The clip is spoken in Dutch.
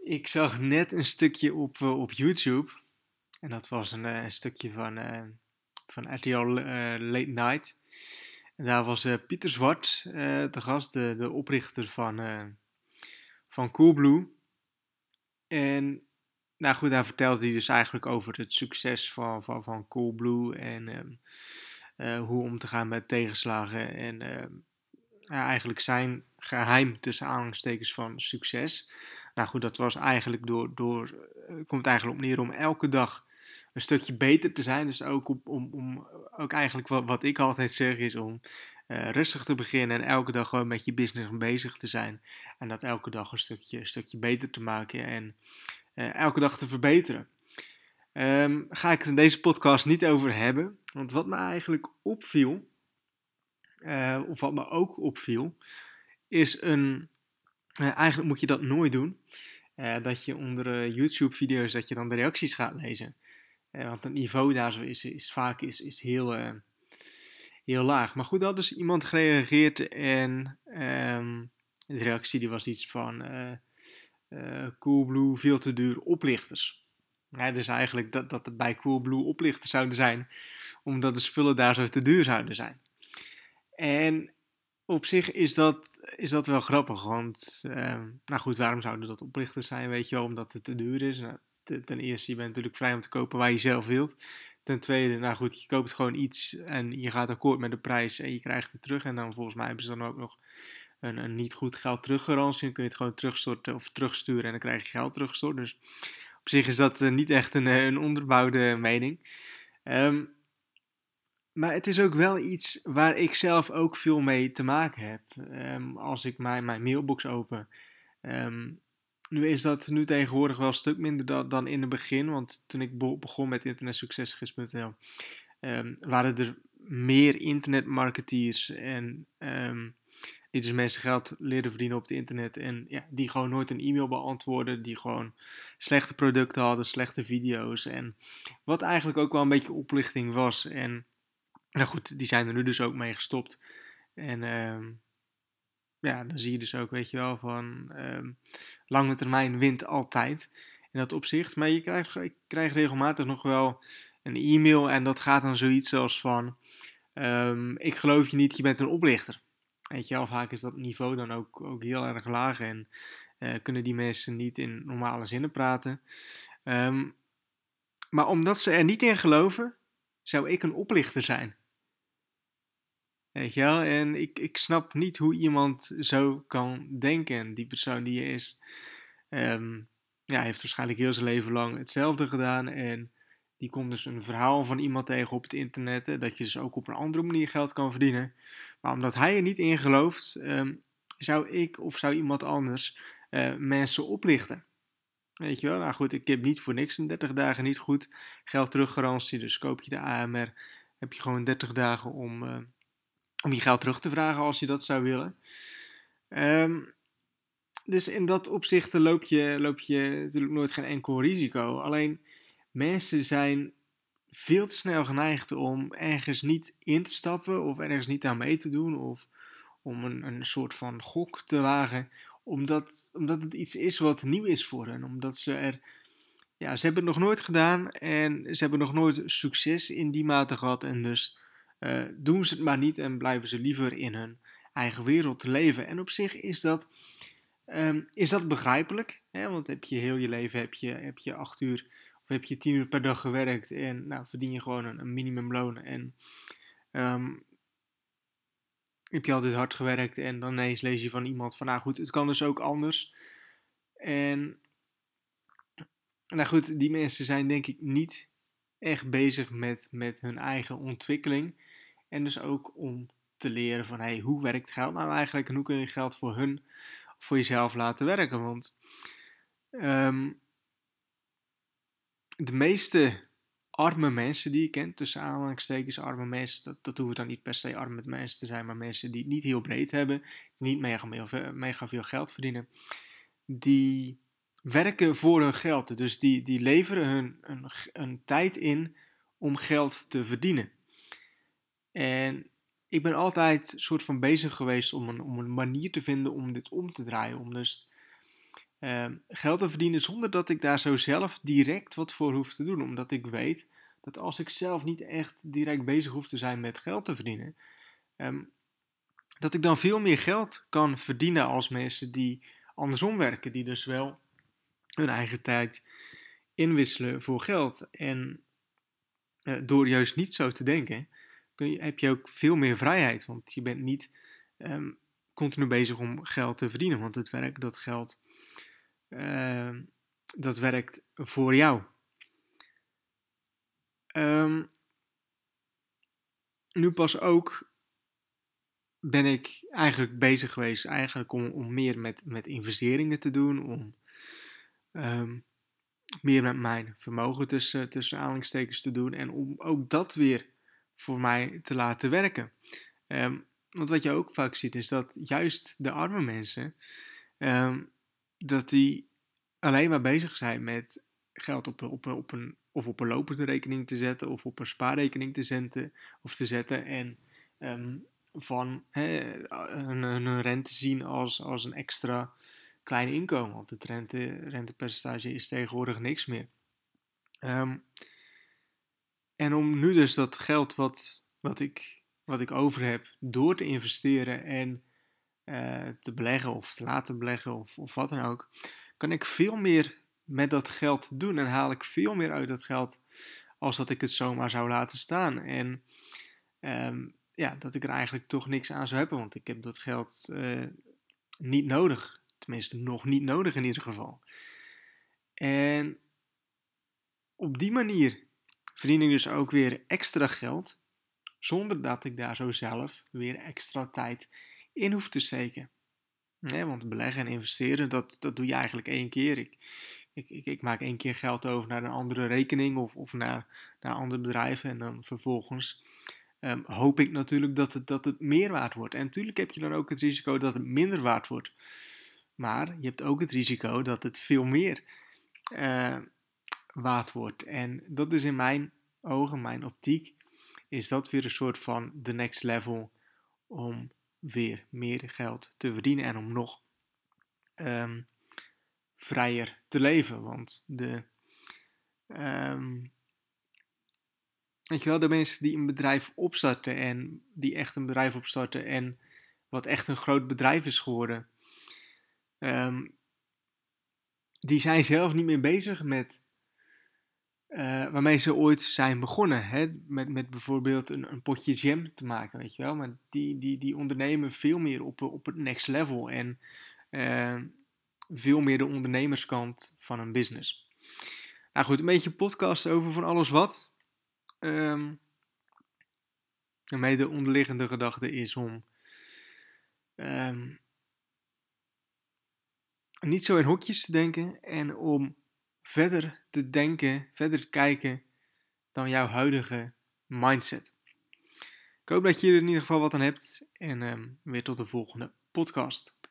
Ik zag net een stukje op YouTube. En dat was een stukje van RTL Late Night. En daar was Pieter Zwart te gast, de oprichter van Coolblue. En nou goed, daar vertelde hij dus eigenlijk over het succes van Coolblue. En hoe om te gaan met tegenslagen. En ja, eigenlijk zijn geheim tussen aanhalingstekens van succes. Nou goed, dat was eigenlijk komt eigenlijk op neer om elke dag een stukje beter te zijn. Dus ook om ook eigenlijk wat ik altijd zeg is om rustig te beginnen en elke dag gewoon met je business bezig te zijn. En dat elke dag een stukje beter te maken en elke dag te verbeteren. Ga ik het in deze podcast niet over hebben. Want wat me eigenlijk opviel, of wat me ook opviel, is eigenlijk moet je dat nooit doen. Dat je onder YouTube-video's dat je dan de reacties gaat lezen. Want het niveau daar zo is vaak heel laag. Maar goed, er had dus iemand gereageerd en de reactie die was iets van Coolblue veel te duur oplichters. Ja, dus eigenlijk dat het bij Coolblue oplichters zouden zijn, omdat de spullen daar zo te duur zouden zijn. En op zich is dat wel grappig, want nou goed, waarom zouden dat oplichters zijn, weet je wel, omdat het te duur is. Nou, ten eerste, je bent natuurlijk vrij om te kopen waar je zelf wilt. Ten tweede, nou goed, je koopt gewoon iets en je gaat akkoord met de prijs en je krijgt het terug. En dan volgens mij hebben ze dan ook nog een niet goed geld teruggarantie. Dan kun je het gewoon terugstorten of terugsturen en dan krijg je geld teruggestort. Dus op zich is dat niet echt een onderbouwde mening. Maar het is ook wel iets waar ik zelf ook veel mee te maken heb. Als ik mijn mailbox open. Ehm, Nu is dat nu tegenwoordig wel een stuk minder dan in het begin. Want toen ik begon met internetsuccesgids.nl waren er meer internetmarketeers. En die dus mensen geld leren verdienen op het internet. En ja, die gewoon nooit een e-mail beantwoorden. Die gewoon slechte producten hadden, slechte video's. En wat eigenlijk ook wel een beetje oplichting was. En nou goed, die zijn er nu dus ook mee gestopt. En ja, dan zie je dus ook, weet je wel, van lange termijn wint altijd in dat opzicht. Maar ik krijg regelmatig nog wel een e-mail en dat gaat dan zoiets als van, ik geloof je niet, je bent een oplichter. Weet je wel, vaak is dat niveau dan ook heel erg laag en kunnen die mensen niet in normale zinnen praten. Ehm, maar omdat ze er niet in geloven, zou ik een oplichter zijn. Weet je wel? En ik snap niet hoe iemand zo kan denken. Die persoon die is, ehm, ja, heeft waarschijnlijk heel zijn leven lang hetzelfde gedaan. En die komt dus een verhaal van iemand tegen op het internet. Dat je dus ook op een andere manier geld kan verdienen. Maar omdat hij er niet in gelooft, zou ik of zou iemand anders mensen oplichten. Weet je wel? Nou goed, ik heb niet voor niks een 30 dagen niet goed geld teruggarantie. Dus koop je de AMR, heb je gewoon 30 dagen om je geld terug te vragen als je dat zou willen. Dus in dat opzicht loop je natuurlijk nooit geen enkel risico. Alleen mensen zijn veel te snel geneigd om ergens niet in te stappen of ergens niet aan mee te doen of om een soort van gok te wagen, omdat het iets is wat nieuw is voor hen. Omdat ze hebben het nog nooit gedaan en ze hebben nog nooit succes in die mate gehad en dus doen ze het maar niet en blijven ze liever in hun eigen wereld te leven. En op zich is dat begrijpelijk, hè? Want heb je heel je leven heb je 8 uur of heb je 10 uur per dag gewerkt en nou, verdien je gewoon een minimumloon en ehm, heb je altijd hard gewerkt en dan ineens lees je van iemand van nou goed, het kan dus ook anders. En nou goed, die mensen zijn denk ik niet echt bezig met hun eigen ontwikkeling. En dus ook om te leren van hey, hoe werkt geld nou eigenlijk en hoe kun je geld voor jezelf laten werken. Want ehm, de meeste arme mensen die je kent, tussen aanhalingstekens arme mensen, dat hoeven dan niet per se arme mensen te zijn, maar mensen die het niet heel breed hebben, niet mega veel geld verdienen, die werken voor hun geld. Dus die leveren een tijd in om geld te verdienen. En ik ben altijd soort van bezig geweest om een manier te vinden om dit om te draaien. Om dus geld te verdienen zonder dat ik daar zo zelf direct wat voor hoef te doen. Omdat ik weet dat als ik zelf niet echt direct bezig hoef te zijn met geld te verdienen, dat ik dan veel meer geld kan verdienen als mensen die andersom werken. Die dus wel hun eigen tijd inwisselen voor geld. En door juist niet zo te denken, heb je ook veel meer vrijheid. Want je bent niet continu bezig om geld te verdienen. Want het werk, dat werkt voor jou. Nu pas ook ben ik eigenlijk bezig geweest om meer met investeringen te doen. Om meer met mijn vermogen tussen aanhalingstekens te doen. En om ook dat weer voor mij te laten werken. Want wat je ook vaak ziet is dat juist de arme mensen, dat die alleen maar bezig zijn met geld op een lopende rekening te zetten of op een spaarrekening te zetten en van een rente zien als een extra klein inkomen. Want het rentepercentage is tegenwoordig niks meer. En om nu dus dat geld wat ik over heb door te investeren en te beleggen of te laten beleggen of wat dan ook, kan ik veel meer met dat geld doen en haal ik veel meer uit dat geld als dat ik het zomaar zou laten staan. En dat ik er eigenlijk toch niks aan zou hebben, want ik heb dat geld niet nodig. Tenminste, nog niet nodig in ieder geval. En op die manier verdien ik dus ook weer extra geld, zonder dat ik daar zo zelf weer extra tijd in hoef te steken. Want beleggen en investeren, dat doe je eigenlijk 1 keer. Ik maak 1 keer geld over naar een andere rekening of naar andere bedrijven. En dan vervolgens hoop ik natuurlijk dat het meer waard wordt. En natuurlijk heb je dan ook het risico dat het minder waard wordt. Maar je hebt ook het risico dat het veel meer waard wordt. En dat is in mijn ogen, mijn optiek, is dat weer een soort van the next level om weer meer geld te verdienen en om nog vrijer te leven. Want weet je wel, de mensen die een bedrijf opstarten en die echt een bedrijf opstarten en wat echt een groot bedrijf is geworden, die zijn zelf niet meer bezig met waarmee ze ooit zijn begonnen. Hè? Met bijvoorbeeld een potje jam te maken, weet je wel. Maar die ondernemen veel meer op het next level en veel meer de ondernemerskant van een business. Nou goed, een beetje podcast over van alles wat. En de onderliggende gedachte is om niet zo in hokjes te denken en om verder te denken, verder te kijken dan jouw huidige mindset. Ik hoop dat je er in ieder geval wat aan hebt en weer tot de volgende podcast.